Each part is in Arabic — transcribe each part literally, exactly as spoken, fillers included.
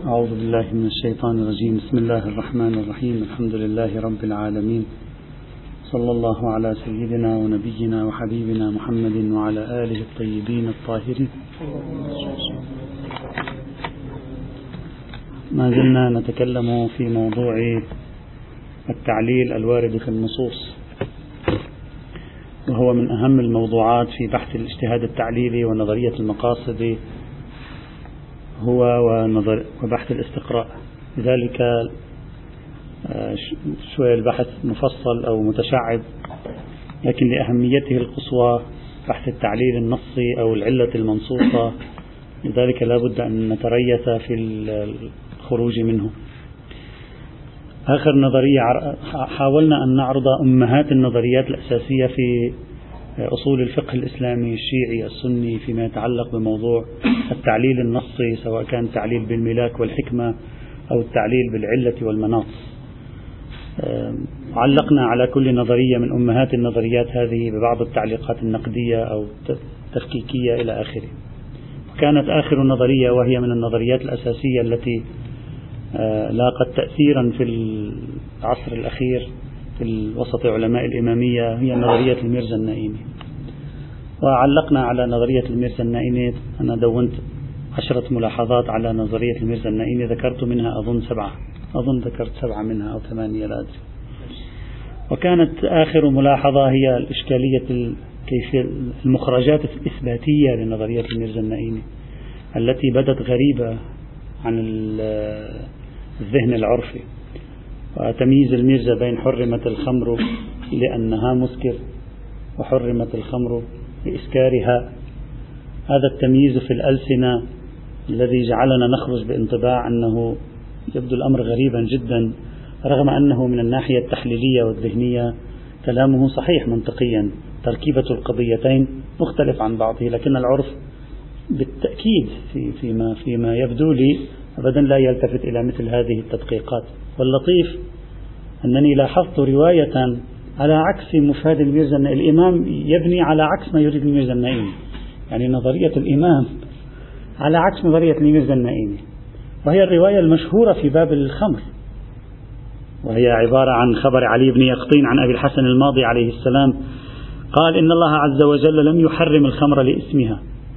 أعوذ بالله من الشيطان الرجيم. بسم الله الرحمن الرحيم. الحمد لله رب العالمين، صلى الله على سيدنا ونبينا وحبيبنا محمد وعلى آله الطيبين الطاهرين. ما زلنا نتكلم في موضوع التعليل الوارد في النصوص، وهو من أهم الموضوعات في بحث الاجتهاد التعليلي ونظرية المقاصد هو ونظر وبحث الاستقراء. لذلك شوية البحث مفصل أو متشعب، لكن لأهميته القصوى بحث التعليل النصي أو العلة المنصوصة، لذلك لا بد أن نتريث في الخروج منه. آخر نظرية حاولنا أن نعرض أمهات النظريات الأساسية في أصول الفقه الإسلامي الشيعي السني فيما يتعلق بموضوع التعليل النصي، سواء كان التعليل بالملاك والحكمة أو التعليل بالعلة والمناط. علقنا على كل نظرية من أمهات النظريات هذه ببعض التعليقات النقدية أو التفكيكية إلى آخره. وكانت آخر نظرية، وهي من النظريات الأساسية التي لاقت تأثيرا في العصر الأخير في وسط علماء الإمامية، هي نظرية الميرزا النائمي. وعلقنا على نظرية الميرزا النائمي، أنا دونت عشرة ملاحظات على نظرية الميرزا النائمي، ذكرت منها أظن سبعة أظن ذكرت سبعة منها أو ثمانية لا أدري. وكانت آخر ملاحظة هي الإشكالية كيفية المخرجات الإثباتية لنظرية الميرزا النائمي التي بدت غريبة عن الذهن العرفي، وتمييز الميرزا بين حرمت الخمر لأنها مسكر وحرمت الخمر لإسكارها. هذا التمييز في الألسنة الذي جعلنا نخرج بانطباع أنه يبدو الأمر غريبا جدا، رغم أنه من الناحية التحليلية والذهنية كلامه صحيح منطقيا، تركيبة القضيتين مختلف عن بعضه، لكن العرف بالتأكيد في فيما فيما يبدو لي أبدا لا يلتفت إلى مثل هذه التدقيقات. واللطيف أنني لاحظت رواية على عكس مفاد الميرزا النائمي، الإمام يبني على عكس ما يريد الميرزا النائمي، يعني نظرية الإمام على عكس نظرية الميرزا النائمي، وهي الرواية المشهورة في باب الخمر، وهي عبارة عن خبر علي بن يقطين عن أبي الحسن الماضي عليه السلام قال: إن الله عز وجل لم يحرم الخمر لاسمها،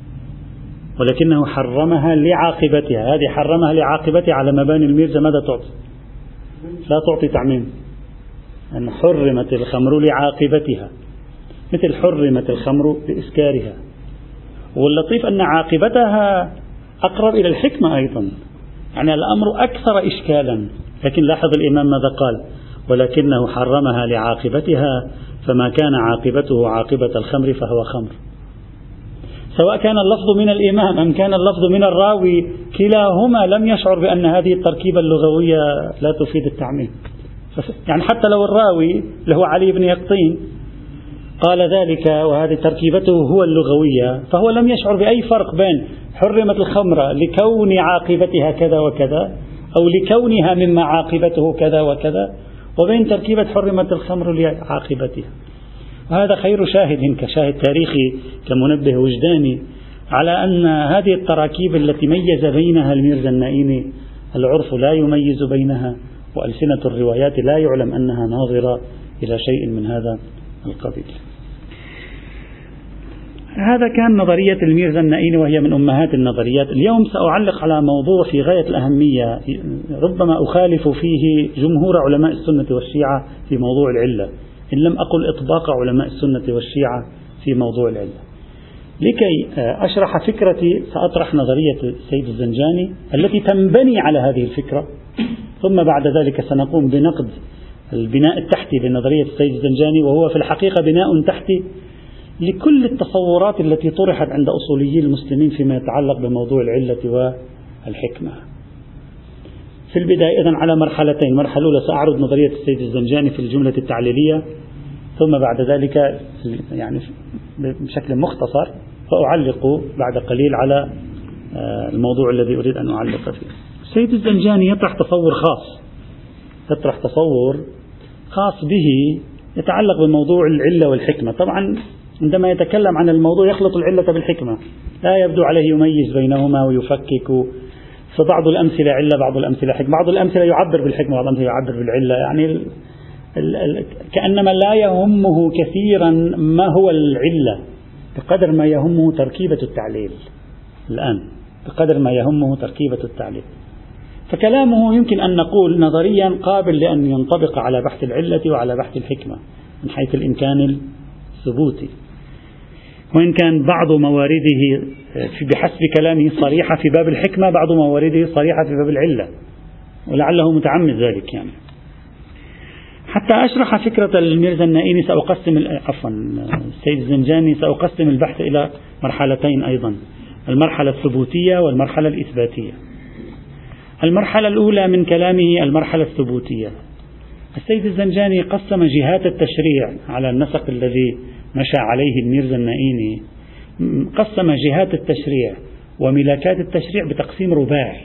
ولكنه حرمها لعاقبتها. هذه حرمها لعاقبتها على مباني الميرزا ماذا تعطي؟ لا تعطي تعميم، أن حرمت الخمر لعاقبتها، مثل حرمت الخمر لإسكارها. واللطيف أن عاقبتها أقرب إلى الحكمة أيضا، يعني الأمر أكثر إشكالا. لكن لاحظ الإمام ماذا قال: ولكنه حرمها لعاقبتها، فما كان عاقبته عاقبة الخمر فهو خمر. سواء كان اللفظ من الإمام أم كان اللفظ من الراوي، كلاهما لم يشعر بأن هذه التركيبة اللغوية لا تفيد التعميم. يعني حتى لو الراوي اللي هو علي بن يقطين قال ذلك وهذه تركيبته هو اللغوية، فهو لم يشعر بأي فرق بين حرمت الخمر لكون عاقبتها كذا وكذا أو لكونها مما عاقبته كذا وكذا، وبين تركيبة حرمت الخمر لعاقبتها. وهذا خير شاهد كشاهد تاريخي كمنبه وجداني على أن هذه التراكيب التي ميز بينها الميرزا النائمي العرف لا يميز بينها، وألسنة الروايات لا يعلم أنها ناظرة إلى شيء من هذا القبيل. هذا كان نظرية الميرزا النائمي، وهي من أمهات النظريات. اليوم سأعلق على موضوع في غاية الأهمية، ربما أخالف فيه جمهور علماء السنة والشيعة في موضوع العلة، إن لم أقل إطباق علماء السنة والشيعة في موضوع العلة. لكي أشرح فكرتي سأطرح نظرية السيد الزنجاني التي تنبني على هذه الفكرة، ثم بعد ذلك سنقوم بنقد البناء التحتي لنظرية السيد الزنجاني، وهو في الحقيقة بناء تحتي لكل التصورات التي طرحت عند أصوليي المسلمين فيما يتعلق بموضوع العلة والحكمة. في البداية إذن على مرحلتين: مرحلة أولى سأعرض نظرية السيد الزنجاني في الجملة التعليلية، ثم بعد ذلك يعني بشكل مختصر فأعلق بعد قليل على الموضوع الذي أريد أن أعلق فيه. السيد الزنجاني يطرح تصور خاص يطرح تصور خاص به يتعلق بموضوع العلة والحكمة. طبعا عندما يتكلم عن الموضوع يخلط العلة بالحكمة، لا يبدو عليه يميز بينهما ويفكك فبعض الأمثلة علة، بعض الأمثلة حكمة، بعض الأمثلة يعبر بالحكمة، بعض الأمثلة يعبر بالعلة. يعني ال ال ال كأنما لا يهمه كثيرا ما هو العلة بقدر ما يهمه تركيبة التعليل. الآن بقدر ما يهمه تركيبة التعليل، فكلامه يمكن أن نقول نظريا قابل لأن ينطبق على بحث العلة وعلى بحث الحكمة من حيث الإمكان الثبوتي، وإن كان بعض موارده بحسب كلامه صريحة في باب الحكمة، بعض موارده صريحة في باب العلة، ولعله متعمد ذلك. يعني حتى أشرح فكرة الميرزا النائيني سأقسم عفوا السيد الزنجاني سأقسم البحث إلى مرحلتين أيضا، المرحلة الثبوتية والمرحلة الإثباتية. المرحلة الأولى من كلامه المرحلة الثبوتية. السيد الزنجاني قسم جهات التشريع على النسق الذي مشى عليه الميرزا النائيني، قسم جهات التشريع وملاكات التشريع بتقسيم رباعي.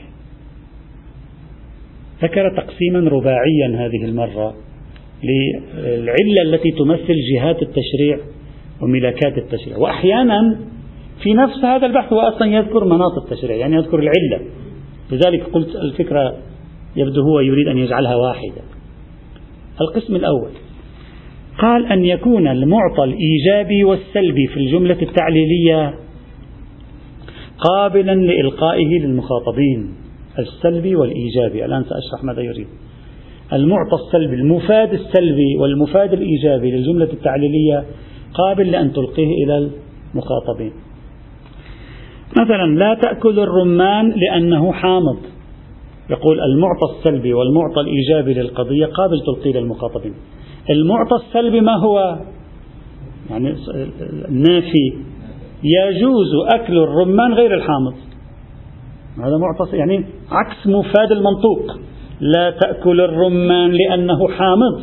ذكر تقسيما رباعيا هذه المرة للعلة التي تمثل جهات التشريع وملاكات التشريع، وأحيانا في نفس هذا البحث هو أصلا يذكر مناط التشريع، يعني يذكر العلة. لذلك قلت الفكرة يبدو هو يريد أن يجعلها واحدة. القسم الأول قال أن يكون المعطى الإيجابي والسلبي في الجملة التعليلية قابلا لإلقائه للمخاطبين، السلبي والإيجابي. الآن سأشرح ماذا يريد. المعطى السلبي، المفاد السلبي والمفاد الإيجابي للجملة التعليلية قابل لأن تلقيه إلى المخاطبين. مثلا لا تأكل الرمان لأنه حامض، يقول المعطى السلبي والمعطى الإيجابي للقضية قابل تلقيه للمخاطبين. المعطى السلبي ما هو؟ يعني النافي، يجوز أكل الرمان غير الحامض، هذا معطى، يعني عكس مفاد المنطوق. لا تأكل الرمان لأنه حامض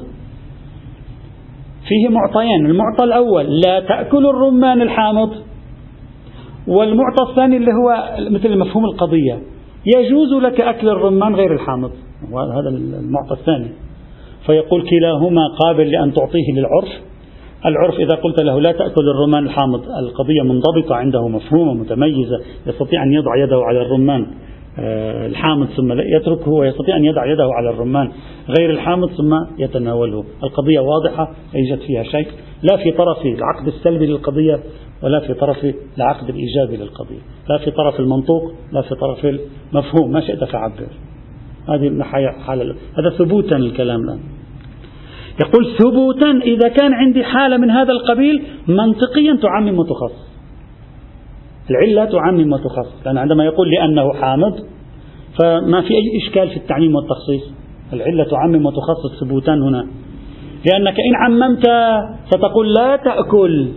فيه معطيان، المعطى الأول لا تأكل الرمان الحامض، والمعطى الثاني اللي هو مثل مفهوم القضية يجوز لك أكل الرمان غير الحامض، هذا المعطى الثاني. فيقول كلاهما قابل لأن تعطيه للعرف. العرف إذا قلت له لا تأكل الرمان الحامض، القضية منضبطة عنده، مفهومة متميزة، يستطيع أن يضع يده على الرمان الحامض ثم يتركه، ويستطيع أن يضع يده على الرمان غير الحامض ثم يتناوله. القضية واضحة لا يوجد فيها شيء، لا في طرف العقد السلبي للقضية ولا في طرف العقد الإيجابي للقضية، لا في طرف المنطوق لا في طرف المفهوم، ما شئت فعبر. هذه من حالة، هذا ثبوتا الكلام الآن. يقول ثبوتا إذا كان عندي حالة من هذا القبيل منطقيا تعمم وتخصص، العلة تعمم وتخصص، لأن عندما يقول لأنه حامض فما في أي إشكال في التعميم والتخصيص، العلة تعمم وتخصص ثبوتا هنا، لأنك إن عممت ستقول لا تأكل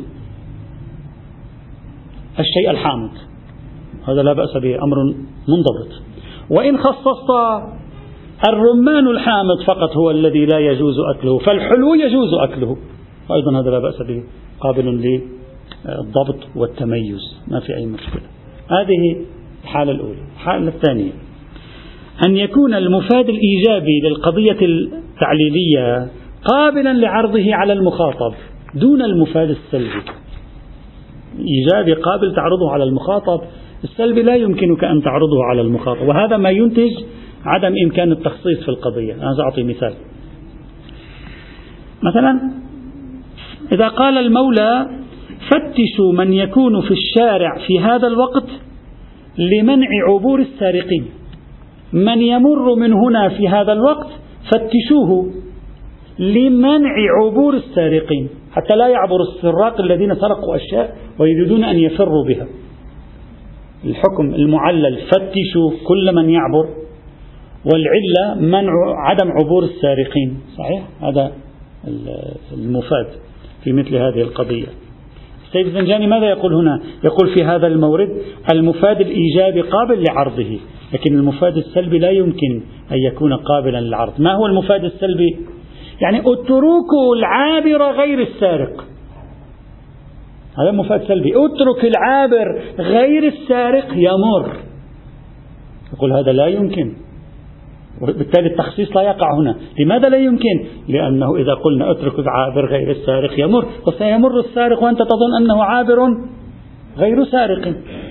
الشيء الحامض، هذا لا بأس به، أمر منضبط. وإن خصصت الرمان الحامض فقط هو الذي لا يجوز أكله، فالحلو يجوز أكله، أيضا هذا لا بأس به، قابل للضبط والتميز، ما في أي مشكلة. هذه الحالة الأولى. الحالة الثانية أن يكون المفاد الإيجابي للقضية التعليلية قابلا لعرضه على المخاطب دون المفاد السلبي. إيجابي قابل تعرضه على المخاطب، السلبي لا يمكنك أن تعرضه على المخاطب، وهذا ما ينتج عدم إمكان التخصيص في القضية. أنا سأعطي مثال. مثلا إذا قال المولى فتشوا من يكون في الشارع في هذا الوقت لمنع عبور السارقين، من يمر من هنا في هذا الوقت فتشوه لمنع عبور السارقين، حتى لا يعبر السراق الذين سرقوا أشياء ويريدون أن يفروا بها. الحكم المعلل فتشوا كل من يعبر، والعلة منع عدم عبور السارقين، صحيح؟ هذا المفاد في مثل هذه القضية. السيد الزنجاني ماذا يقول هنا؟ يقول في هذا المورد المفاد الإيجابي قابل لعرضه، لكن المفاد السلبي لا يمكن أن يكون قابلا للعرض. ما هو المفاد السلبي؟ يعني اتركوا العابر غير السارق، هذا مفاد سلبي، اترك العابر غير السارق يمر. يقول هذا لا يمكن، وبالتالي التخصيص لا يقع هنا. لماذا لا يمكن؟ لأنه إذا قلنا اترك العابر غير السارق يمر، وسيمر السارق وأنت تظن أنه عابر غير سارق.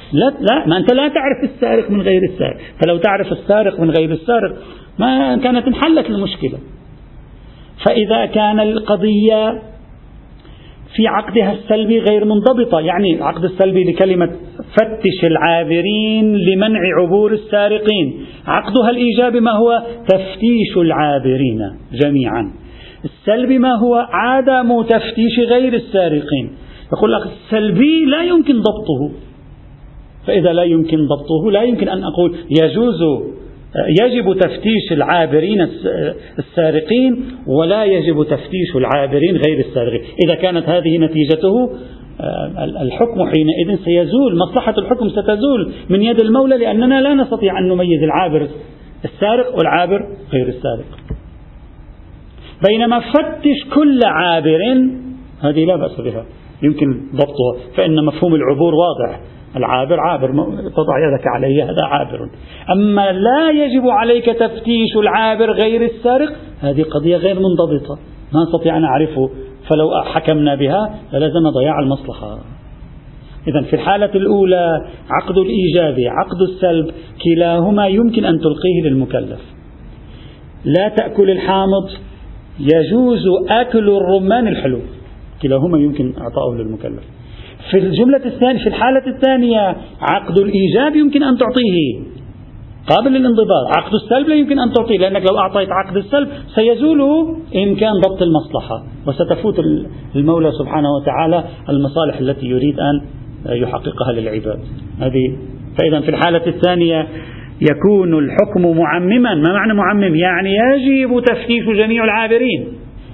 لا لا ما أنت لا تعرف السارق من غير السارق، فلو تعرف السارق من غير السارق ما كانت انحلت المشكلة. فإذا كان القضية في عقدها السلبي غير منضبطة، يعني العقد السلبي لكلمة فتش العابرين لمنع عبور السارقين، عقدها الإيجابي ما هو؟ تفتيش العابرين جميعا. السلبي ما هو؟ عدم تفتيش غير السارقين. يقول لك السلبي لا يمكن ضبطه، فإذا لا يمكن ضبطه لا يمكن أن أقول يجوز يجب تفتيش العابرين السارقين ولا يجب تفتيش العابرين غير السارقين. إذا كانت هذه نتيجته الحكم حينئذ سيزول، مصلحة الحكم ستزول من يد المولى، لأننا لا نستطيع أن نميز العابر السارق والعابر غير السارق. بينما فتش كل عابر هذه لا بأس بها، يمكن ضبطها، فإن مفهوم العبور واضح، العابر عابر تضع يدك عليه هذا عابر. أما لا يجب عليك تفتيش العابر غير السارق، هذه قضية غير منضبطة ما نستطيع أن نعرفه، فلو حكمنا بها للزم ضياع المصلحة. إذن في الحالة الأولى عقد الإيجاب عقد السلب كلاهما يمكن أن تلقيه للمكلف. لا تأكل الحامض يجوز أكل الرمان الحلو، كلاهما يمكن إعطاؤه للمكلف. في الجملة الثانية في الحالة الثانية عقد الإيجاب يمكن أن تعطيه قابل للانضباط، عقد السلب لا يمكن أن تعطيه، لأنك لو أعطيت عقد السلب سيزول إمكان ضبط المصلحة وستفوت المولى سبحانه وتعالى المصالح التي يريد أن يحققها للعباد. هذه فإذا في الحالة الثانية يكون الحكم معمما. ما معنى معمم؟ يعني يجب تفتيش جميع العابرين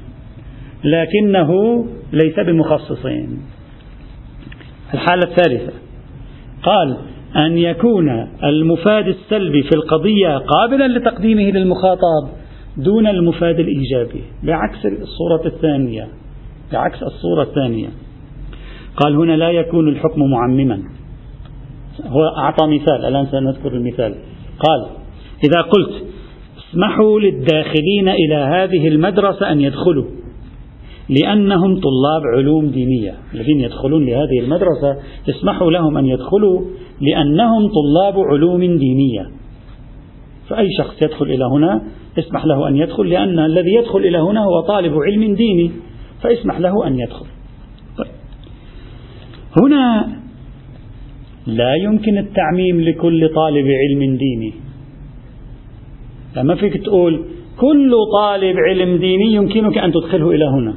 لكنه ليس بمخصصين. الحالة الثالثة قال أن يكون المفاد السلبي في القضية قابلا لتقديمه للمخاطب دون المفاد الإيجابي، بعكس الصورة الثانية بعكس الصورة الثانية قال هنا لا يكون الحكم معمما. هو أعطى مثال، الآن سنذكر المثال. قال إذا قلت اسمحوا للداخلين إلى هذه المدرسة أن يدخلوا لأنهم طلاب علوم دينية، الذين يدخلون لهذه المدرسة اسمحوا لهم أن يدخلوا لأنهم طلاب علوم دينية، فأي شخص يدخل إلى هنا اسمح له أن يدخل، لأن الذي يدخل إلى هنا هو طالب علم ديني فاسمح له أن يدخل. طيب. هنا لا يمكن التعميم لكل طالب علم ديني، لما فيك تقول كل طالب علم ديني يمكنك أن تدخله إلى هنا،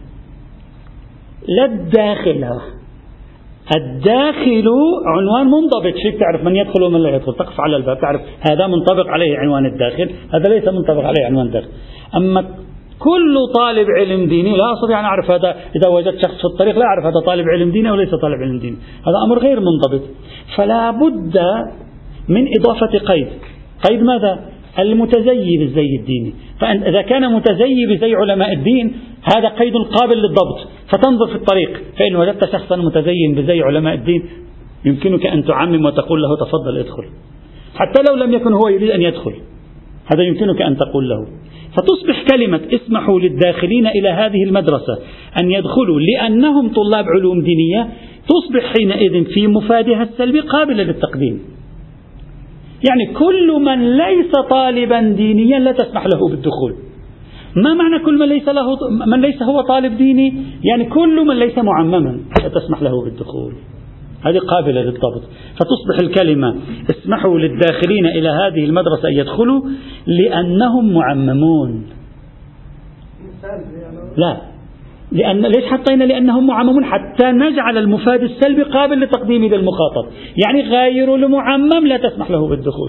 لا الداخل. الداخل عنوان منضبط، فيك تعرف من يدخل ومن لا يدخل، تقف على الباب تعرف هذا منطبق عليه عنوان الداخل، هذا ليس منطبق عليه عنوان الداخل. أما كل طالب علم ديني لا أستطيع أن أعرف هذا، إذا وجدت شخص في الطريق لا أعرف هذا طالب علم ديني أو ليس طالب علم ديني، هذا أمر غير منضبط. فلا بد من إضافة قيد. قيد ماذا؟ المتزيي بالزي الديني. فإذا كان متزيي بزي علماء الدين هذا قيد قابل للضبط، فتنظر في الطريق فإن وجدت شخصا متزين بزي علماء الدين يمكنك أن تعمم وتقول له تفضل ادخل، حتى لو لم يكن هو يريد أن يدخل، هذا يمكنك أن تقول له. فتصبح كلمة اسمحوا للداخلين إلى هذه المدرسة أن يدخلوا لأنهم طلاب علوم دينية تصبح حينئذ في مفادها السلبي قابلة للتقديم. يعني كل من ليس طالبا دينيا لا تسمح له بالدخول. ما معنى كل من ليس له من ليس هو طالب ديني؟ يعني كل من ليس معمما لا تسمح له بالدخول، هذه قابلة للضبط. فتصبح الكلمة اسمحوا للداخلين إلى هذه المدرسة أن يدخلوا لأنهم معممون. لا، لأن ليش حطينا لأنهم معممون؟ حتى نجعل المفاد السلبي قابل لتقديمه للمخاطب، يعني غير المعمم لا تسمح له بالدخول.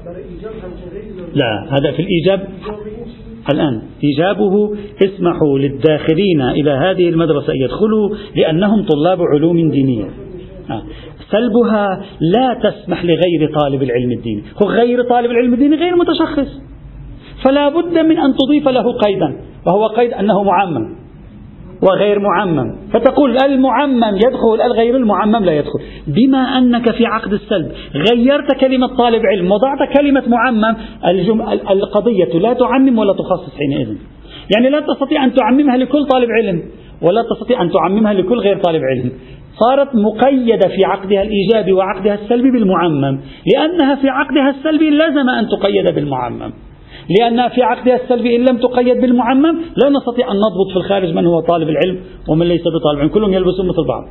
لا، هذا في الإيجاب. الآن إيجابه اسمحوا للداخلين إلى هذه المدرسة أن يدخلوا لأنهم طلاب علوم دينية. آه. سلبها لا تسمح لغير طالب العلم الديني، هو غير طالب العلم الديني غير متشخص، فلا بد من أن تضيف له قيدا، وهو قيد أنه معمم وغير معمم، فتقول المعمم يدخل الغير المعمم لا يدخل. بما أنك في عقد السلب غيرت كلمة طالب علم وضعت كلمة معمم، القضية لا تعمم ولا تخصص حينئذ، يعني لا تستطيع أن تعممها لكل طالب علم ولا تستطيع أن تعممها لكل غير طالب علم، صارت مقيدة في عقدها الإيجابي وعقدها السلبي بالمعمم، لأنها في عقدها السلبي لازم أن تقيد بالمعمم، لأنها في عقدها السلبي إن لم تقيد بالمعمم لا نستطيع أن نضبط في الخارج من هو طالب العلم ومن ليس بطالب العلم، كلهم يلبسون مثل بعض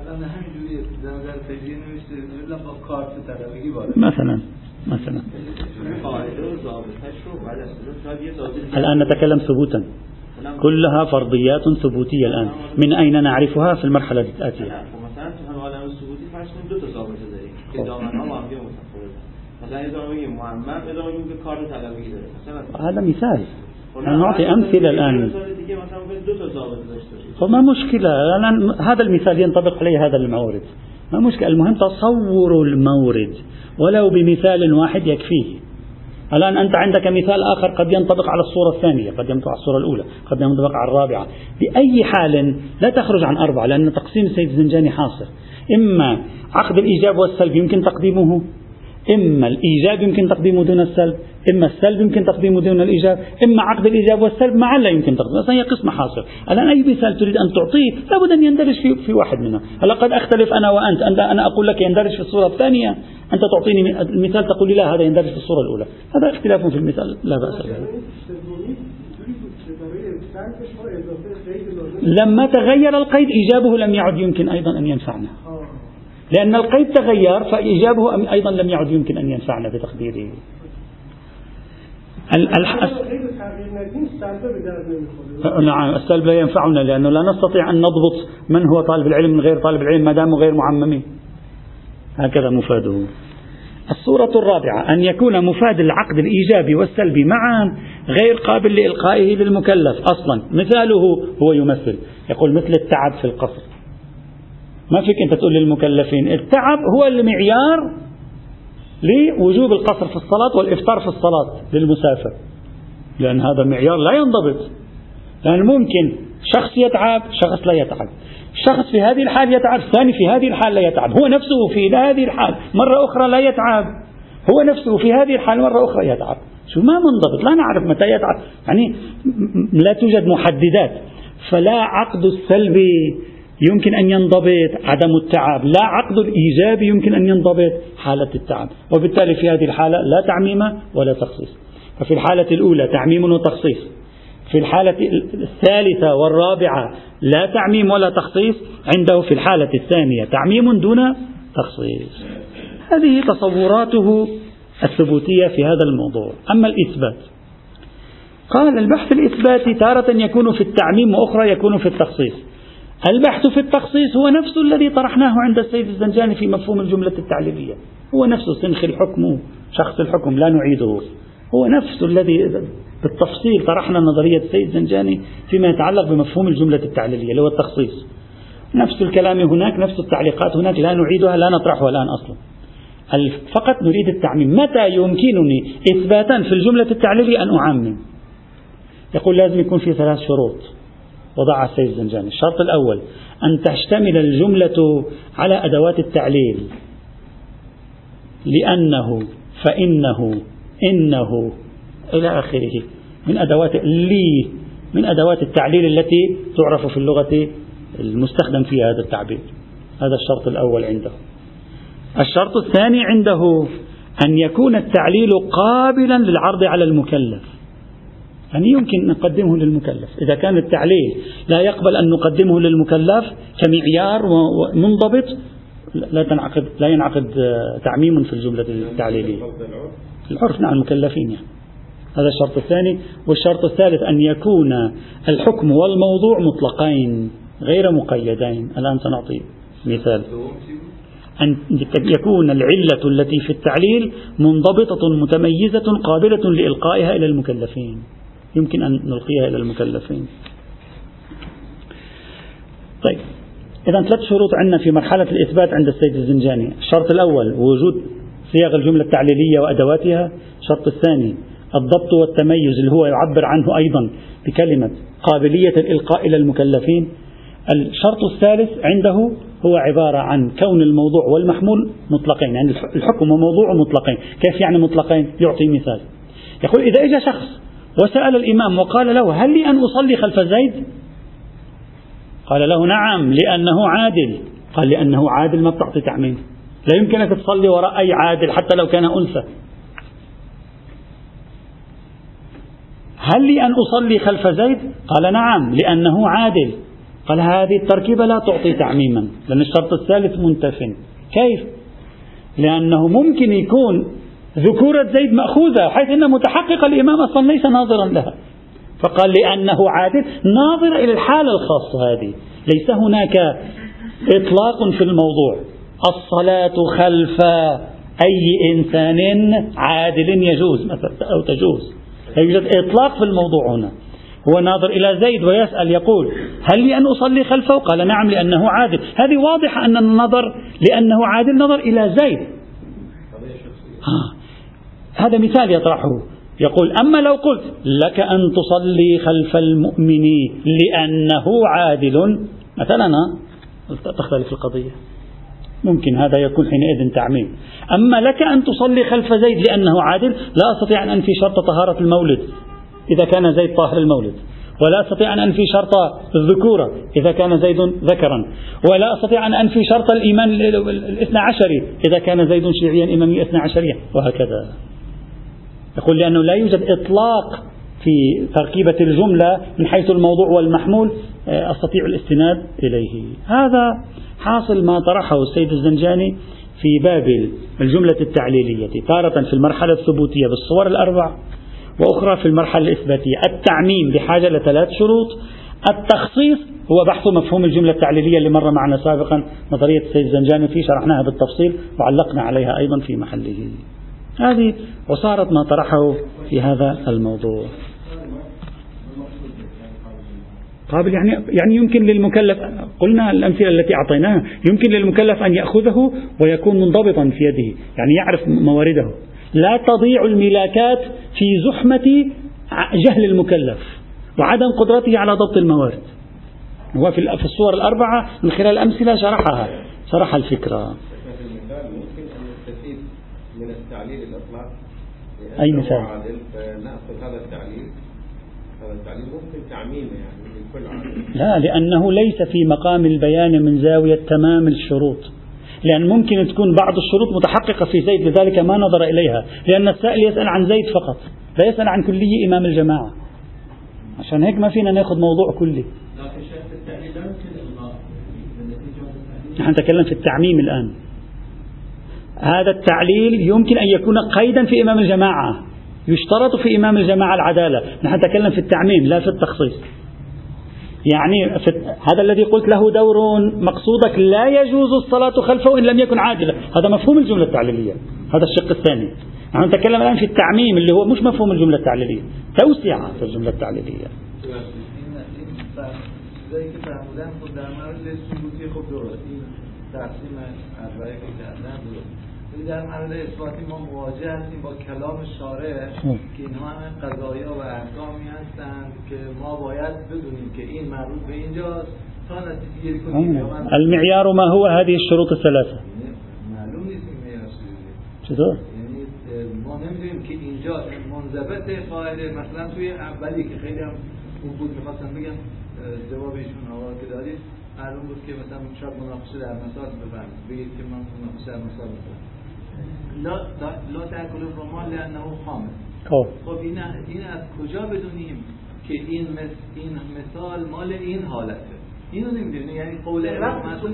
مثلا مثلا الآن نتكلم ثبوتا، كلها فرضيات ثبوتية الآن، من أين نعرفها؟ في المرحلة الآتية. هذا مثال، نعطي أمثلة الآن. فما مشكلة، هذا المثال ينطبق عليه هذا المورد، ما مشكلة، المهم تصور المورد ولو بمثال واحد يكفيه. الآن أنت عندك مثال آخر قد ينطبق على الصورة الثانية، قد ينطبق على الصورة الأولى، قد ينطبق على الرابعة، بأي حال لا تخرج عن أربعة، لأن تقسيم السيد الزنجاني حاصر، إما عقد الإيجاب والسلب يمكن تقديمه، إما الإيجاب يمكن تقديمه دون السلب، إما السلب يمكن تقديمه دون الإيجاب، إما عقد الإيجاب والسلب معا لا يمكن تقديمه. أصلا هي قسمة حاصر. الآن أي مثال تريد أن تعطيه لابد أن يندرج في في واحد منها. هلا قد أختلف أنا وأنت، أنت أنا أقول لك يندرج في الصورة الثانية، أنت تعطيني المثال تقول لي لا هذا يندرج في الصورة الأولى، هذا اختلاف في المثال لا بأس به. لما تغير القيد إيجابه لم يعد يمكن أيضا أن ينفعنا، لأن القيد تغير فإيجابه أيضا لم يعد يمكن أن ينفعنا بتقديره. نعم السلب لا ينفعنا، لأنه لا نستطيع أن نضبط من هو طالب العلم من غير طالب العلم ما داموا غير معممين، هكذا مفاده. الصورة الرابعة أن يكون مفاد العقد الإيجابي والسلبي معا غير قابل لإلقائه للمكلف أصلا. مثاله هو يمثل، يقول مثل التعب في القصر، ما فيك أنت تقول للمكلفين التعب هو المعيار لوجوب القصر في الصلاة والإفطار في الصلاة للمسافر، لأن هذا معيار لا ينضبط، لأن ممكن شخص يتعب شخص لا يتعب، شخص في هذه الحال يتعب ثاني في هذه الحال لا يتعب، هو نفسه في هذه الحال مرة أخرى لا يتعب، هو نفسه في هذه الحال مرة أخرى يتعب. شو ما منضبط، لا نعرف متى يتعب، يعني لا توجد محددات. فلا عقد السلبي يمكن أن ينضبط عدم التعب، لا عقد الإيجاب يمكن أن ينضبط حالة التعب، وبالتالي في هذه الحالة لا تعميم ولا تخصيص. ففي الحالة الأولى تعميم وتخصيص، في الحالة الثالثة والرابعة لا تعميم ولا تخصيص، عنده في الحالة الثانية تعميم دون تخصيص. هذه تصوراته الثبوتية في هذا الموضوع. أما الإثبات، قال البحث الإثباتي تارة يكون في التعميم وأخرى يكون في التخصيص. البحث في التخصيص هو نفس الذي طرحناه عند السيد الزنجاني في مفهوم الجملة التعليلية، هو نفسه سنخ الحكم شخص الحكم لا نعيده، هو نفس الذي بالتفصيل طرحنا نظرية السيد الزنجاني فيما يتعلق بمفهوم الجملة التعليلية اللي هو التخصيص. نفس الكلام هناك، نفس التعليقات هناك، لا نعيدها لا نطرحها الآن أصلا، فقط نريد التعميم. متى يمكنني إثباتا في الجملة التعليلية أن أعمم؟ يقول لازم يكون في ثلاث شروط وضعها السيد الزنجاني. الشرط الأول أن تشتمل الجملة على أدوات التعليل، لأنه فإنه إنه إلى آخره من أدوات لي من أدوات التعليل التي تعرف في اللغة المستخدم فيها هذا التعبير. هذا الشرط الأول عنده. الشرط الثاني عنده أن يكون التعليل قابلا للعرض على المكلف، يعني يمكن نقدمه للمكلف. إذا كان التعليل لا يقبل أن نقدمه للمكلف كمعيار منضبط لا تنعقد لا ينعقد تعميم في الجملة التعليلية. العرف نعم المكلفين يعني. هذا الشرط الثاني. والشرط الثالث أن يكون الحكم والموضوع مطلقين غير مقيدين. الآن سنعطي مثال. أن يكون العلة التي في التعليل منضبطة متميزة قابلة لإلقائها إلى المكلفين، يمكن أن نلقيها إلى المكلفين. طيب إذا ثلاث شروط عندنا في مرحلة الإثبات عند السيد الزنجاني. الشرط الأول وجود صيغ الجملة التعليلية وأدواتها. الشرط الثاني الضبط والتميز اللي هو يعبر عنه أيضا بكلمة قابلية الإلقاء إلى المكلفين. الشرط الثالث عنده هو عبارة عن كون الموضوع والمحمول مطلقين، يعني الحكم وموضوع مطلقين. كيف يعني مطلقين؟ يعطي مثال، يقول إذا إجا شخص وسأل الإمام وقال له هل لي أن أصلي خلف زيد؟ قال له نعم لأنه عادل. قال لأنه عادل ما بتعطي تعميم، لا يمكنك تصلي وراء أي عادل حتى لو كان أنثى. هل لي أن أصلي خلف زيد؟ قال نعم لأنه عادل. قال هذه التركيبة لا تعطي تعميما لأن الشرط الثالث منتف. كيف؟ لأنه ممكن يكون ذكورة زيد مأخوذة حيث أن متحقق الإمام أصلا ليس ناظرا لها، فقال لأنه عادل ناظر إلى الحالة الخاصة هذه، ليس هناك إطلاق في الموضوع الصلاة خلف أي إنسان عادل يجوز مثلا أو تجوز، لا يوجد إطلاق في الموضوع هنا. هو ناظر إلى زيد ويسأل يقول هل لي أن أصلي خلفه؟ قال نعم لأنه عادل. هذه واضحة أن النظر لأنه عادل نظر إلى زيد. هذا مثال يطرحه، يقول أما لو قلت لك أن تصلي خلف المؤمن لأنه عادل مثلا تختلف القضية، ممكن هذا يكون حينئذ تعميم. أما لك أن تصلي خلف زيد لأنه عادل لا أستطيع أن أنفي شرط طهارة المولد إذا كان زيد طاهر المولد، ولا أستطيع أن أنفي شرط الذكورة إذا كان زيد ذكرا، ولا أستطيع أن أنفي شرط الإيمان الاثنى عشري إذا كان زيد شيعيا إمامي الاثنى عشرية وهكذا. يقول لأنه لا يوجد إطلاق في تركيبة الجملة من حيث الموضوع والمحمول أستطيع الاستناد إليه. هذا حاصل ما طرحه السيد الزنجاني في باب الجملة التعليلية، تارة في المرحلة الثبوتية بالصور الأربع، وأخرى في المرحلة الإثباتية. التعميم بحاجة لثلاث شروط. التخصيص هو بحث مفهوم الجملة التعليلية اللي مر معنا سابقا، نظرية السيد الزنجاني فيه شرحناها بالتفصيل وعلقنا عليها أيضا في محله. هذه عصارة ما طرحه في هذا الموضوع. قابل يعني يعني يمكن للمكلف، قلنا الأمثلة التي أعطيناها، يمكن للمكلف أن يأخذه ويكون منضبطا في يده، يعني يعرف موارده، لا تضيع الملاكات في زحمة جهل المكلف وعدم قدرته على ضبط الموارد. هو في الصور الأربعة من خلال الأمثلة شرحها، شرح الفكرة. ممكن أن نستفيد من التعليل الإطلاق. أي مثال؟ نأخذ هذا التعليل، هذا التعليل ممكن تعميمه يعني لكل عادل. لا، لأنه ليس في مقام البيان من زاوية تمام الشروط، لأن ممكن تكون بعض الشروط متحققة في زيد لذلك ما نظر إليها، لأن السائل يسأل عن زيد فقط لا يسأل عن كلية إمام الجماعة، عشان هيك ما فينا نأخذ موضوع كلي. نحن نتكلم في التعميم الآن. هذا التعليل يمكن أن يكون قيدا في إمام الجماعة، يشترط في إمام الجماعة العدالة. نحن نتكلم في التعميم لا في التخصيص. يعني هذا الذي قلت له دور مقصودك لا يجوز الصلاة خلفه إن لم يكن عادلا، هذا مفهوم الجملة التعليلية، هذا الشق الثاني. نحن نتكلم الآن في التعميم اللي هو مش مفهوم الجملة التعليلية، توسعة في الجملة التعليلية. زي که فرمودن خود در مورد ثبوتی خب درست این تقسیم اربعه که کردن درست، ولی در مورد اثباتی ما مواجه هستیم با کلام شارع که اینها همه قضایا و احکامی هستند که ما باید بدونیم که این مربوط به اینجاست تا نتیجه گیری کنیم. المعیار ما هو هذه الشروط الثلاثة؟ معلوم نیست این معیار چطور؟ یعنی ما نمیدونیم که اینجا منضبط قاعده مثلا توی اولی که خیلی هم خوب بود می‌خواستم بگم جواب ایشون آقا که دارید معلوم بود که مثلا شاید مناقشه در مسائل بفرمایید، بگید که من مناقشه در مسائل بفرمایید لا لا تأکل الرمان لأنه خامس. خب این این از کجا بدونیم که این مس این مثال مال این حالته؟ اینو نمیدونیم، یعنی قول مسئول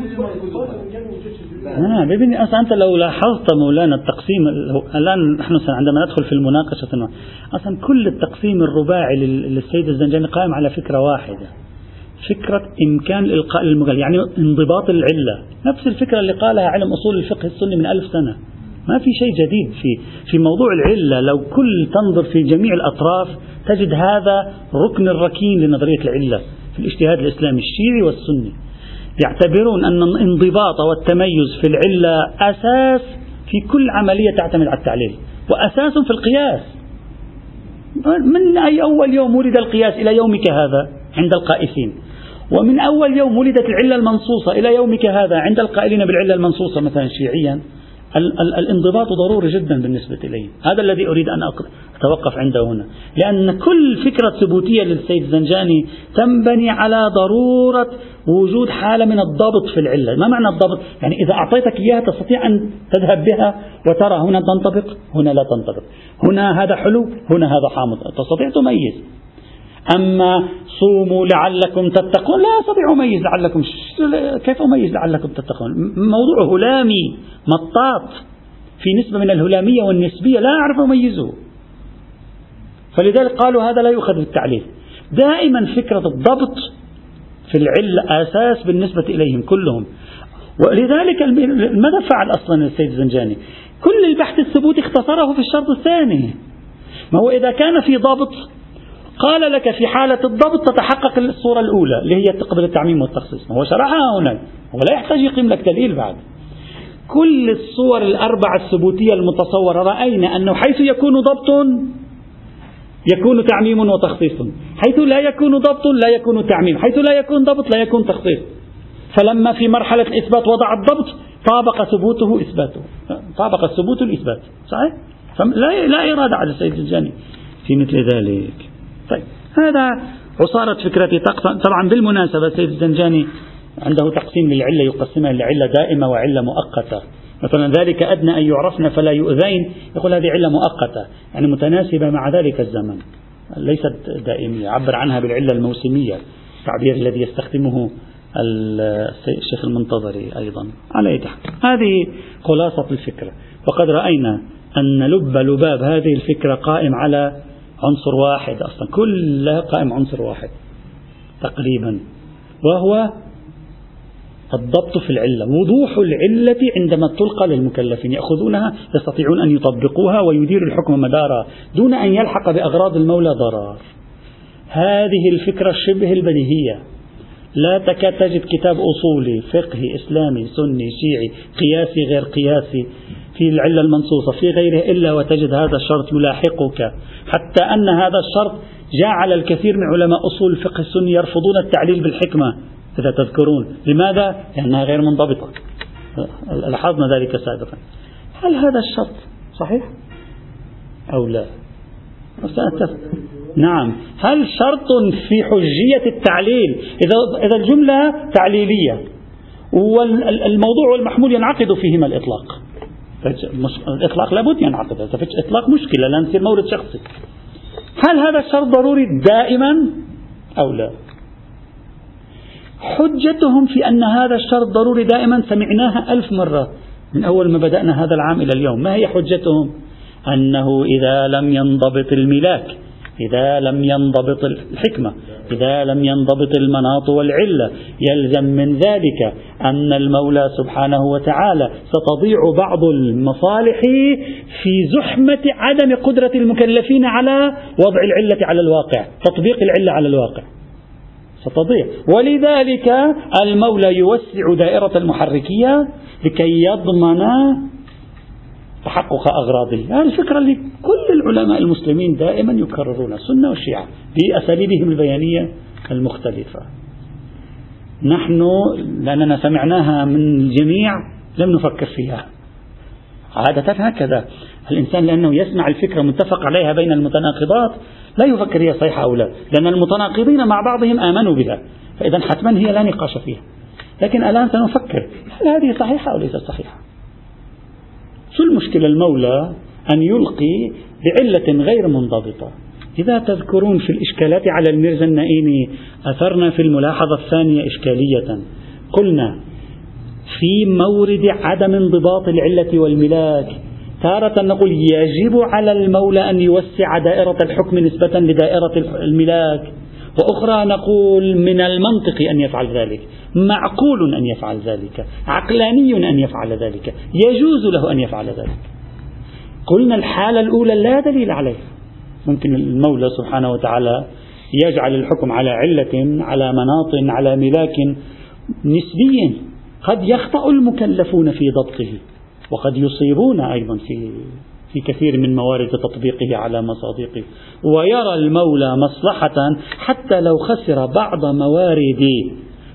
اه ببینی اصلا انت لو لاحظت مولانا التقسيم الان نحن عندما ندخل في المناقشه اصلا كل التقسيم الرباعي للسيد الزنجاني قائم على فكره واحده، فكرة إمكان إلقاء المجال، يعني انضباط العلة، نفس الفكرة اللي قالها علم أصول الفقه السني من ألف سنة. ما في شيء جديد في في موضوع العلة. لو كل تنظر في جميع الأطراف تجد هذا ركن الركين لنظرية العلة في الاجتهاد الإسلامي الشيعي والسني. يعتبرون أن الانضباط والتميز في العلة أساس في كل عملية تعتمد على التعليل، وأساس في القياس. من أي أول يوم ولد القياس إلى يومك هذا عند القائسين، ومن أول يوم ولدت العلة المنصوصة إلى يومك هذا عند القائلين بالعلة المنصوصة مثلا شيعيا، ال ال الانضباط ضروري جدا بالنسبة إليه. هذا الذي أريد أن أتوقف عنده هنا، لأن كل فكرة ثبوتية للسيد الزنجاني تنبني على ضرورة وجود حالة من الضبط في العلة. ما معنى الضبط؟ يعني إذا أعطيتك إياها تستطيع أن تذهب بها وترى هنا تنطبق هنا لا تنطبق، هنا هذا حلو هنا هذا حامض، تستطيع تميز. أما صوموا لعلكم تتقون لا أستطيع أميز لعلكم، كيف أميز لعلكم تتقون؟ موضوع هلامي مطاط في نسبة من الهلامية والنسبية لا أعرف أميزه، فلذلك قالوا هذا لا يؤخذ بالتعليل. دائما فكرة الضبط في العلة أساس بالنسبة إليهم كلهم، ولذلك ماذا فعل أصلا السيد الزنجاني؟ كل البحث الثبوتي اختصره في الشرط الثاني. ما هو إذا كان في ضبط قال لك في حالة الضبط تتحقق الصورة الأولى اللي هي تقبل التعميم والتخصيص، هو شرحها هنا ولا يحتاج يقيم لك دليل بعد. كل الصور الأربعة الثبوتية المتصورة رأينا أنه حيث يكون ضبط يكون تعميم وتخصيص، حيث لا يكون ضبط لا يكون تعميم، حيث لا يكون ضبط لا يكون تخصيص. فلما في مرحلة الإثبات وضع الضبط طابق ثبوته إثباته، طابق الثبوت الإثبات، صحيح؟ فلا لا إرادة على السيد الزنجاني في مثل ذلك. طيب هذا عصارة فكرتي. طبعا بالمناسبة السيد الزنجاني عنده تقسيم للعلة يقسمها إلى علة دائمة وعلة مؤقتة. مثلا ذلك أدنى أن يعرفن فلا يؤذين، يقول هذه علة مؤقتة يعني متناسبة مع ذلك الزمن ليست دائمية، عبر عنها بالعلة الموسمية، التعبير الذي يستخدمه الشيخ المنتظري أيضا. على أي حال هذه خلاصة الفكرة، وقد رأينا أن لب لباب هذه الفكرة قائم على عنصر واحد، أصلا كلها قائم عنصر واحد تقريبا، وهو الضبط في العلة، وضوح العلة عندما تلقى للمكلفين يأخذونها يستطيعون أن يطبقوها ويديروا الحكم مدارا دون أن يلحق بأغراض المولى ضرر. هذه الفكرة شبه البديهية، لا تكاد تجد كتاب أصولي فقهي إسلامي سني شيعي قياسي غير قياسي في العلة المنصوصة في غيره إلا وتجد هذا الشرط يلاحقك، حتى أن هذا الشرط جعل الكثير من علماء أصول الفقه السني يرفضون التعليل بالحكمة إذا تذكرون. لماذا؟ لأنها غير منضبطة، لاحظنا ذلك سابقا. هل هذا الشرط صحيح أو لا؟ نعم. هل شرط في حجية التعليل إذا إذا الجملة تعليلية والموضوع والمحمول ينعقد فيهما الإطلاق؟ الإطلاق لابد ينعقد، إذا فيش إطلاق مشكلة لا نصير مورد شخصي. هل هذا الشرط ضروري دائما أو لا؟ حجتهم في أن هذا الشرط ضروري دائما سمعناها ألف مرة من أول ما بدأنا هذا العام إلى اليوم. ما هي حجتهم؟ أنه إذا لم ينضبط الملاك، إذا لم ينضبط الحكمة، إذا لم ينضبط المناط والعلة، يلزم من ذلك أن المولى سبحانه وتعالى ستضيع بعض المصالح في زحمة عدم قدرة المكلفين على وضع العلة على الواقع، تطبيق العلة على الواقع ستضيع. ولذلك المولى يوسع دائرة المحركية لكي يضمن تحقق أغراضه. هذه الفكرة اللي كل العلماء المسلمين دائما يكررون، السنة والشيعة بأساليبهم البيانية المختلفة. نحن لأننا سمعناها من الجميع لم نفكر فيها. عادة هكذا الإنسان لأنه يسمع الفكرة متفق عليها بين المتناقضات لا يفكر هي صحيحة أو لا، لأن المتناقضين مع بعضهم آمنوا بها، فإذا حتما هي لا نقاش فيها. لكن الآن سنفكر هل هذه صحيحة أو ليست صحيحة؟ شو المشكلة؟ المولى أن يلقي بعلة غير منضبطة. إذا تذكرون في الإشكالات على الميرزا النائيني أثرنا في الملاحظة الثانية إشكالية، قلنا في مورد عدم انضباط العلة والملاك تارة نقول يجب على المولى أن يوسع دائرة الحكم نسبة لدائرة الملاك، وأخرى نقول من المنطق أن يفعل ذلك، معقول أن يفعل ذلك، عقلاني أن يفعل ذلك، يجوز له أن يفعل ذلك. قلنا الحالة الأولى لا دليل عليها، ممكن المولى سبحانه وتعالى يجعل الحكم على علة على مناط على ملاك نسبيا، قد يخطأ المكلفون في ضبطه وقد يصيبون أيضا في في كثير من موارد تطبيقه على مصادقه، ويرى المولى مصلحة حتى لو خسر بعض موارد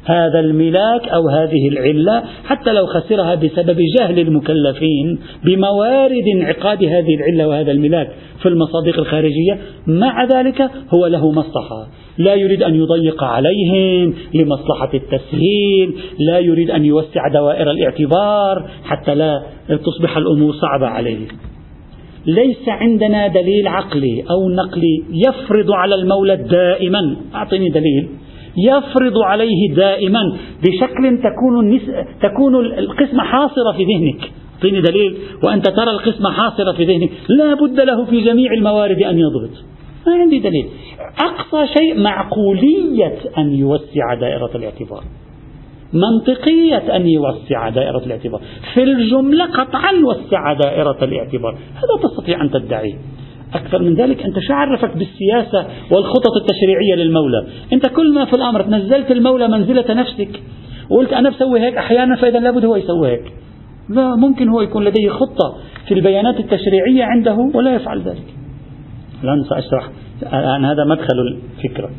هذا الملاك أو هذه العلة حتى لو خسرها بسبب جهل المكلفين بموارد انعقاد هذه العلة وهذا الملاك في المصادق الخارجية، مع ذلك هو له مصلحة، لا يريد أن يضيق عليهم لمصلحة التسهيل، لا يريد أن يوسع دوائر الاعتبار حتى لا تصبح الأمور صعبة عليه. ليس عندنا دليل عقلي أو نقلي يفرض على المولى دائما، أعطني دليل يفرض عليه دائما بشكل تكون النس... تكون القسمة حاصرة في ذهنك. أعطيني دليل وأنت ترى القسمة حاصرة في ذهنك لا بد له في جميع الموارد أن يضبط. ما عندي دليل. أقصى شيء معقولية أن يوسع دائرة الاعتبار، منطقية أن يوسع دائرة الاعتبار، في الجملة قطعا وسع دائرة الاعتبار، هذا تستطيع أن تدعيه. أكثر من ذلك أنت شو عرفك بالسياسة والخطط التشريعية للمولى؟ أنت كل ما في الأمر نزلت المولى منزلة نفسك وقلت أنا بسوي هيك أحيانا، فإذا لابد هو يسوي هيك. لا، ممكن هو يكون لديه خطة في البيانات التشريعية عنده ولا يفعل ذلك. الآن سأشرح الآن هذا مدخل الفكرة.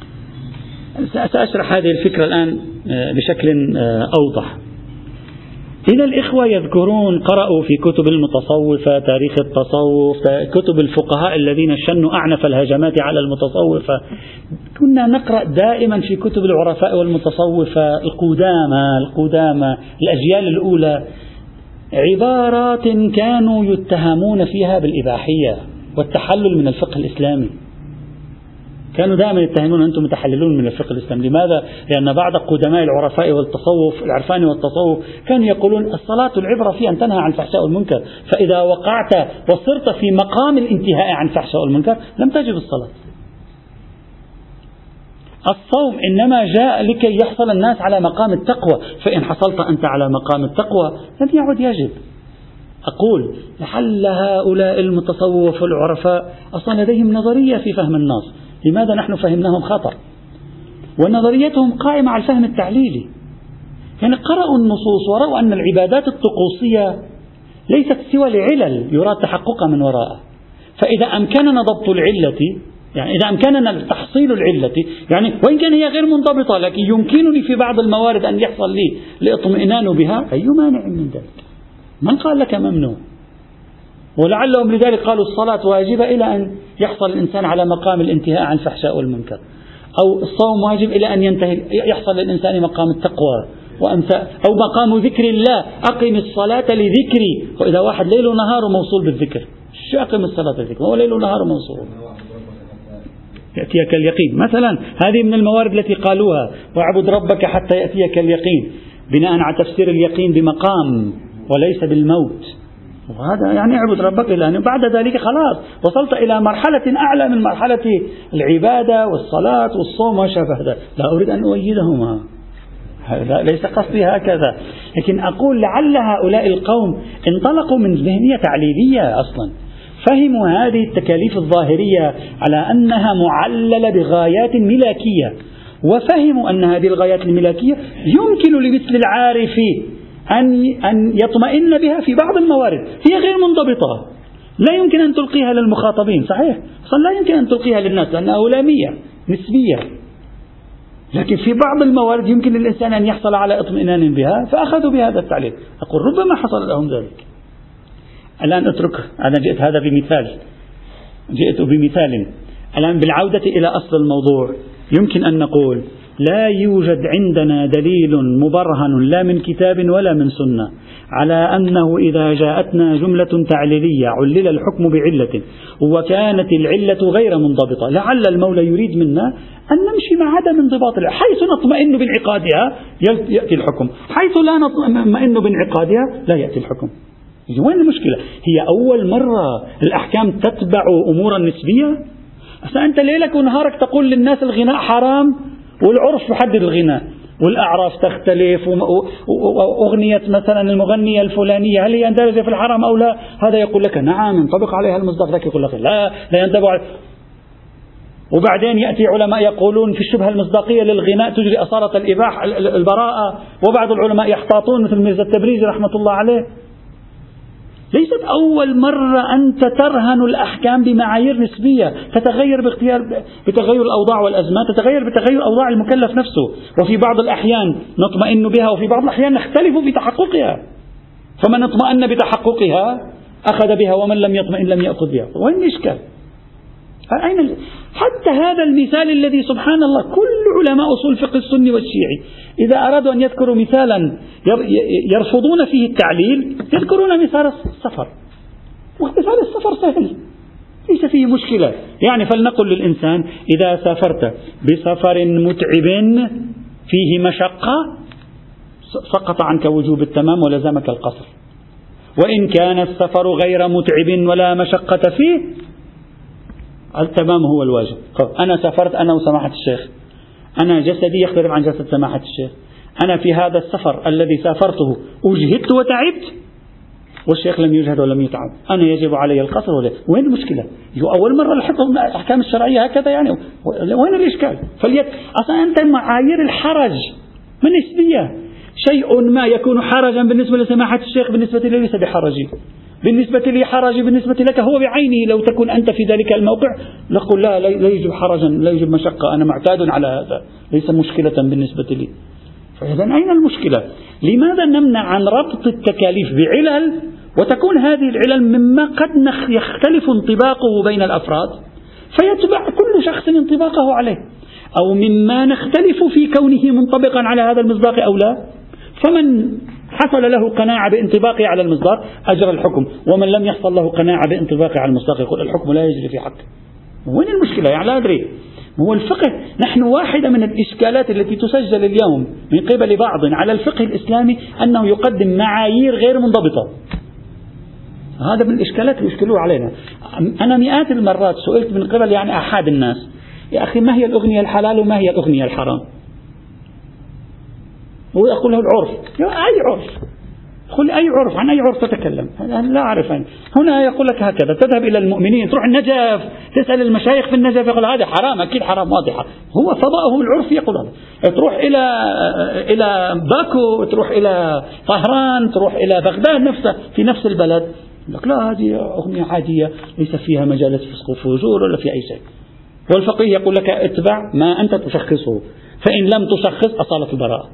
سأشرح هذه الفكرة الآن بشكل أوضح. إذا الإخوة يذكرون قرأوا في كتب المتصوفة تاريخ التصوف، كتب الفقهاء الذين شنوا أعنف الهجمات على المتصوفة، كنا نقرأ دائما في كتب العرفاء والمتصوفة القدامى القدامى الأجيال الأولى عبارات كانوا يتهمون فيها بالإباحية والتحلل من الفقه الإسلامي. كانوا دائما يتهمون أنتم متحللون من الفقه الإسلامي. لماذا؟ لأن بعض قدماء العرفاء والتصوف العرفاني والتصوف كانوا يقولون الصلاة العبرة فيها أن تنهى عن الفحشاء والمنكر، فإذا وقعت وصرت في مقام الانتهاء عن الفحشاء والمنكر لم تجب الصلاة. الصوم إنما جاء لكي يحصل الناس على مقام التقوى، فإن حصلت أنت على مقام التقوى لن يعد يجب. أقول لعل هؤلاء المتصوف والعرفاء أصلا لديهم نظرية في فهم النص، لماذا نحن فهمناهم خطأ؟ ونظريتهم قائمة على الفهم التعليلي. يعني قرأوا النصوص ورأوا أن العبادات الطقوسية ليست سوى لعلل يراد تحققها من وراءها، فإذا أمكننا ضبط العلة، يعني إذا أمكننا تحصيل العلة، يعني وإن كان هي غير منضبطة لكن يمكنني في بعض الموارد أن يحصل لي الاطمئنان بها، أي مانع من ذلك؟ من قال لك ممنوع؟ ولعلهم لذلك قالوا الصلاة واجبة إلى أن يحصل الإنسان على مقام الانتهاء عن الفحشاء والمنكر، أو الصوم واجب إلى أن ينتهي يحصل للإنسان مقام التقوى أو مقام ذكر الله، أقم الصلاة لذكري. وإذا واحد ليل ونهار موصول بالذكر، شو أقم الصلاة لذكري؟ هو ليل ونهار موصول، يأتيك اليقين مثلا. هذه من الموارد التي قالوها، واعبد ربك حتى يأتيك اليقين، بناء على تفسير اليقين بمقام وليس بالموت. وهذا يعني اعبد ربك إلى أن بعد ذلك خلاص وصلت إلى مرحلة أعلى من مرحلة العبادة والصلاة والصوم وشابه ذلك. لا أريد أن أؤيدهما، هذا ليس قصدي هكذا، لكن أقول لعل هؤلاء القوم انطلقوا من ذهنية تعليلية أصلا، فهموا هذه التكاليف الظاهرية على أنها معللة بغايات ملاكية، وفهموا أن هذه الغايات الملاكية يمكن لمثل العارف أن أن يطمئن بها في بعض الموارد هي غير منضبطة، لا يمكن أن تلقيها للمخاطبين، صحيح، أصلا لا يمكن أن تلقيها للناس لأنها أولامية نسبية، لكن في بعض الموارد يمكن للإنسان أن يحصل على اطمئنان بها، فأخذوا بهذا التعليل. أقول ربما حصل لهم ذلك. الآن أترك، أنا جئت هذا بمثال، جئت بمثال. الآن بالعودة إلى أصل الموضوع، يمكن أن نقول لا يوجد عندنا دليل مبرهن لا من كتاب ولا من سنة على أنه إذا جاءتنا جملة تعليلية علل الحكم بعلة وكانت العلة غير منضبطة لعل المولى يريد منا أن نمشي مع عدم انضباط العلة، حيث نطمئن بانعقادها يأتي الحكم، حيث لا نطمئن بانعقادها لا يأتي الحكم. وين المشكلة؟ هي أول مرة الأحكام تتبع أمورا نسبية؟ أنت ليلك ونهارك تقول للناس الغناء حرام والعرف يحدد الغناء والأعراف تختلف، وأغنية مثلا المغنية الفلانية هل هي يندرج في الحرام أو لا؟ هذا يقول لك نعم ينطبق عليها المصداق، ذاك يقول لك لا لا ينطبق عليها. وبعدين يأتي علماء يقولون في الشبهة المصداقية للغناء تجري أصالة الإباحة البراءة، وبعض العلماء يحتاطون مثل ميرزا التبريزي رحمة الله عليه ليست أول مرة أنت ترهن الأحكام بمعايير نسبية تتغير باختيار بتغير الأوضاع والأزمات، تتغير بتغير أوضاع المكلف نفسه، وفي بعض الأحيان نطمئن بها وفي بعض الأحيان نختلف في تحققها، فمن اطمأن بتحققها أخذ بها ومن لم يطمئن لم يأخذ بها. وين الإشكال؟ أين حتى هذا المثال الذي سبحان الله كل علماء أصول الفقه السني والشيعي إذا أرادوا أن يذكروا مثالا يرفضون فيه التعليل يذكرون مثال السفر، ومثال السفر سهل ليس فيه مشكلة. يعني فلنقل للإنسان إذا سافرت بسفر متعب فيه مشقة سقط عنك وجوب التمام ولزمك القصر، وإن كان السفر غير متعب ولا مشقة فيه التمام هو الواجب. أنا سافرت أنا وسماحة الشيخ، أنا جسدي يختلف عن جسد سماحة الشيخ، أنا في هذا السفر الذي سافرته أجهدت وتعبت والشيخ لم يجهد ولم يتعب، أنا يجب علي القصر ولا وين المشكلة؟ أول مرة الحكم الأحكام الشرعية هكذا يعني وين الإشكال؟ فليت أصلا أنت معايير الحرج من نسبية، شيء ما يكون حرجا بالنسبة لسماحة الشيخ بالنسبة لي ليس بحرجي، بالنسبة لي حرجي بالنسبة لك هو بعينه. لو تكون أنت في ذلك الموقع نقول لا لا يجب حرجا لا يجب مشقة، أنا معتاد على هذا ليس مشكلة بالنسبة لي. فإذا أين المشكلة؟ لماذا نمنع عن ربط التكاليف بعلل وتكون هذه العلل مما قد يختلف انطباقه بين الأفراد فيتبع كل شخص انطباقه عليه، أو مما نختلف في كونه منطبقا على هذا المصداق أو لا، فمن حصل له قناعة بانطباقه على المصداق أجرى الحكم، ومن لم يحصل له قناعة بانطباقه على المصداق يقول الحكم لا يجري في حقه. وين المشكلة؟ يعني لا أدري. هو الفقه نحن واحدة من الإشكالات التي تسجل اليوم من قبل بعض على الفقه الإسلامي أنه يقدم معايير غير منضبطة. هذا من الإشكالات اللي يشكلوه علينا. أنا مئات المرات سئلت من قبل يعني أحد الناس يا أخي ما هي الأغنية الحلال وما هي الأغنية الحرام؟ ويقول له العرف. أي عرف؟ قل أي عرف؟ عن أي عرف تتكلم؟ لا أعرف أنا. هنا يقول لك هكذا، تذهب إلى المؤمنين تروح النجف تسأل المشايخ في النجف يقول هذا حرام، أكيد حرام واضحة، هو فضاءه العرف يقول هذا. تروح إلى إلى باكو، تروح إلى طهران، تروح إلى بغداد نفسها في نفس البلد لك لا هذه أغنية عادية ليس فيها مجالات فسق وفجور ولا في أي شيء. والفقيه يقول لك اتبع ما أنت تشخصه، فإن لم تشخص أصالة البراءة،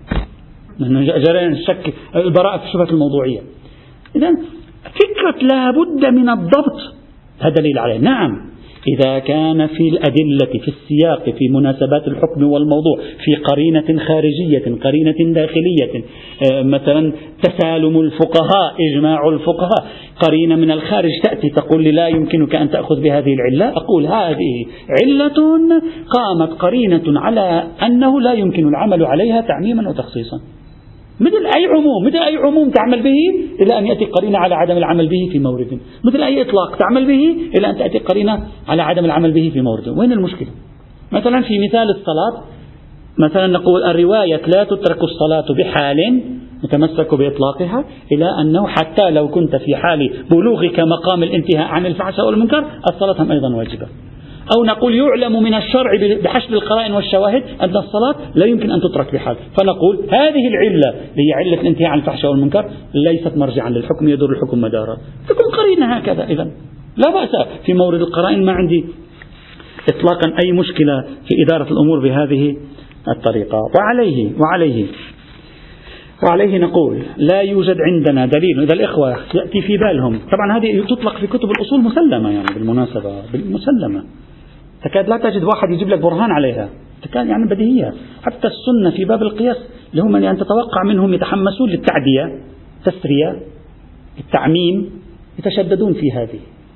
جريان الشك البراءة في شبهة الموضوعية. إذن فكرة لا بد من الضبط هذا دليل عليه. نعم إذا كان في الأدلة في السياق في مناسبات الحكم والموضوع في قرينة خارجية قرينة داخلية، مثلا تسالم الفقهاء إجماع الفقهاء، قرينة من الخارج تأتي تقول لي لا يمكنك أن تأخذ بهذه العلة، أقول هذه علة قامت قرينة على أنه لا يمكن العمل عليها تعميما وتخصيصا، مثل أي عموم مثل أي عموم تعمل به إلى أن يأتي قرينة على عدم العمل به في مورد، مثل أي إطلاق تعمل به إلى أن تأتي قرينة على عدم العمل به في مورد. وين المشكلة؟ مثلا في مثال الصلاة مثلا نقول الرواية لا تترك الصلاة بحال متمسك بإطلاقها إلى أنه حتى لو كنت في حال بلوغك مقام الانتهاء عن الفحشاء والمنكر الصلاة هم أيضا واجبة. أو نقول يعلم من الشرع بحسب القرائن والشواهد أن الصلاة لا يمكن أن تترك بحال، فنقول هذه العلة هي علة الانتهاء عن الفحشاء والمنكر ليست مرجعا للحكم يدور الحكم مدارا، تكون قرينة هكذا. إذن لا بأس في مورد القرائن، ما عندي إطلاقا أي مشكلة في إدارة الأمور بهذه الطريقة. وعليه وعليه وعليه نقول لا يوجد عندنا دليل. إذا الإخوة يأتي في بالهم، طبعا هذه تطلق في كتب الأصول مسلمة، يعني بالمناسبة بالمسلمة تكاد لا تجد واحد يجيب لك برهان عليها، تكاد يعني بديهية. حتى السنة في باب القياس اللي هم يعني تتوقع منهم يتحمسون للتعدية تسرية التعميم يتشددون في هذه،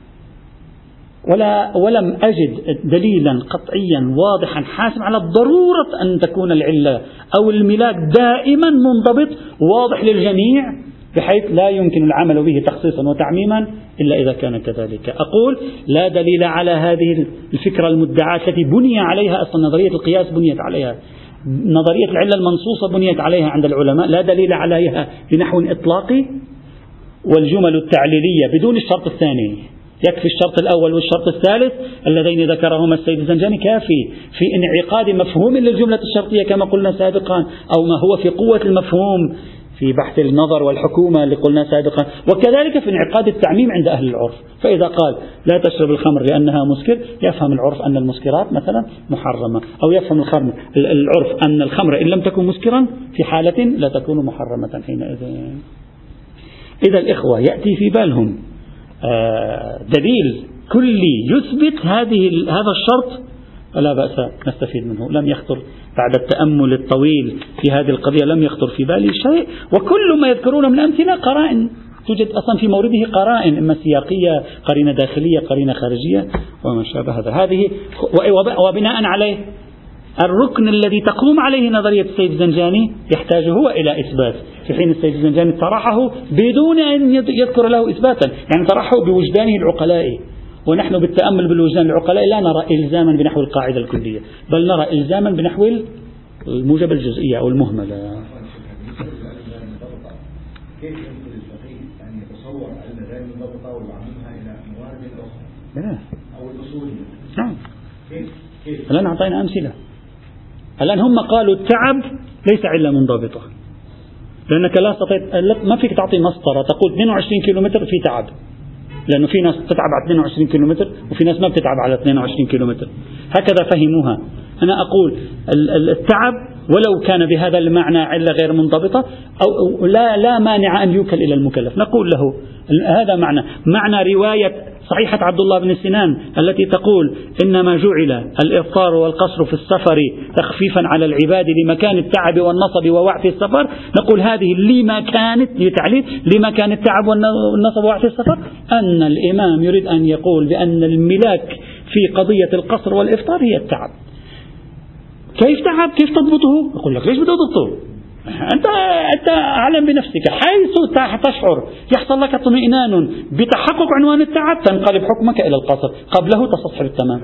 ولا ولم أجد دليلا قطعيا واضحا حاسم على ضرورة أن تكون العلة أو الملاك دائما منضبط واضح للجميع بحيث لا يمكن العمل به تخصيصا وتعميما إلا إذا كان كذلك. أقول لا دليل على هذه الفكرة المدعاة التي بني عليها أصلا نظرية القياس، بنيت عليها نظرية العلة المنصوصة بنيت عليها عند العلماء، لا دليل عليها بنحو إطلاقي. والجمل التعليلية بدون الشرط الثاني، يكفي الشرط الأول والشرط الثالث اللذين ذكرهما السيد الزنجاني كافي في انعقاد مفهوم للجملة الشرطية كما قلنا سابقا، أو ما هو في قوة المفهوم في بحث النظر والحكومة اللي قلنا سابقا، وكذلك في انعقاد التعميم عند أهل العرف. فإذا قال لا تشرب الخمر لأنها مسكر، يفهم العرف أن المسكرات مثلا محرمة، أو يفهم الخمر العرف أن الخمر إن لم تكن مسكرا في حالة لا تكون محرمة حينئذ. إذا الإخوة يأتي في بالهم دليل كلي يثبت هذه هذا الشرط، فلا بأس نستفيد منه. لم يخطر بعد التأمل الطويل في هذه القضية لم يخطر في بالي شيء، وكل ما يذكرون من أمثلة قرائن، توجد أصلا في مورده قرائن، إما سياقية، قرينة داخلية، قرينة خارجية، وما شابه هذا. هذه وبناء عليه الركن الذي تقوم عليه نظرية السيد الزنجاني يحتاج هو إلى إثبات، في حين السيد الزنجاني طرحه بدون أن يذكر له إثباتا، يعني طرحه بوجدانه العقلائي، ونحن بالتأمل بالوجدان العقلائي لا نرى إلزاما بنحو القاعدة الكلية، بل نرى إلزاما بنحو الموجب الجزئية أو المهملة. كيف يمكن للفقيه أن يتصور أن غير منضبطة ويعممها إلى موارد أخرى أو الأصولية؟ نعم. كيف؟ كيف؟ الآن أعطينا أمثلة. الآن هم قالوا التعب ليس علة منضبطة، لأنك لا تستطيع، ما فيك تعطي مسطرة تقول اثنين وعشرين كيلومتر في تعب، لأنه في ناس تتعب على اثنين وعشرين كيلومتر وفي ناس ما بتتعب على اثنين وعشرين كيلومتر، هكذا فهموها. أنا أقول التعب ولو كان بهذا المعنى علة غير منضبطة أو لا لا مانع أن يوكل إلى المكلف، نقول له هذا معنى معنى رواية صحيحة عبد الله بن سنان التي تقول إنما جعل الإفطار والقصر في السفر تخفيفا على العباد لمكان التعب والنصب ووعث السفر، نقول هذه لما كانت لتعليل لما كان التعب والنصب ووعث السفر، أن الإمام يريد أن يقول بأن الملاك في قضية القصر والإفطار هي التعب. كيف تعب؟ كيف تضبطه؟ أقول لك ليش بدأ تضبطه؟ أنت أنت أعلم بنفسك، حيث تشعر يحصل لك اطمئنان بتحقق عنوان التعب تنقلب حكمك إلى القصر، قبله تستصحب التمام.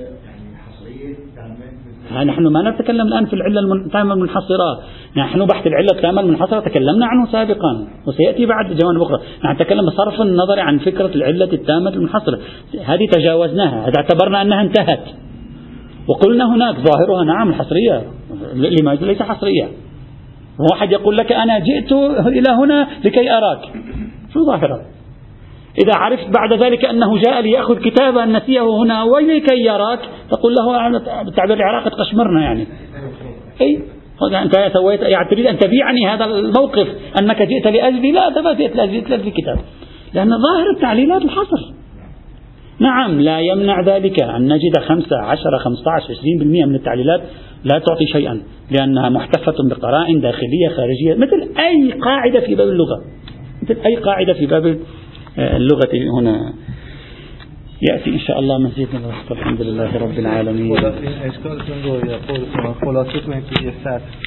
نحن ما نتكلم الآن في العلة التامة المنحصرة، نحن بحث العلة التامة المنحصرة تكلمنا عنه سابقا وسيأتي بعد جوانب أخرى، نحن نتكلم بصرف النظر عن فكرة العلة التامة المنحصرة، هذه تجاوزناها، هذا اعتبرنا أنها انتهت، وقلنا هناك ظاهرها نعم الحصرية، لماذا ليس حصرية؟ واحد يقول لك أنا جئت إلى هنا لكي أراك، شو ظاهرة؟ إذا عرفت بعد ذلك أنه جاء ليأخذ كتابا نسيه هنا ولكي يراك، تقول له بالتعبير العراقي قشمرنا يعني. أي أنت سويت يعني تريد أن تبيعني هذا الموقف أنك جئت لأجلي؟ لا، أنت ما جئت لأجلي، جئت لأجل الكتاب، لأن ظاهر التعليلات الحصر. نعم لا يمنع ذلك أن نجد خمسة عشر خمسة عشر عشرين بالمئة من التعليلات لا تعطي شيئا، لأنها محتفة بقرائن داخلية خارجية، مثل أي قاعدة في باب اللغة، مثل أي قاعدة في باب اللغة. هنا يأتي إن شاء الله مزيد من الحمد لله رب العالمين.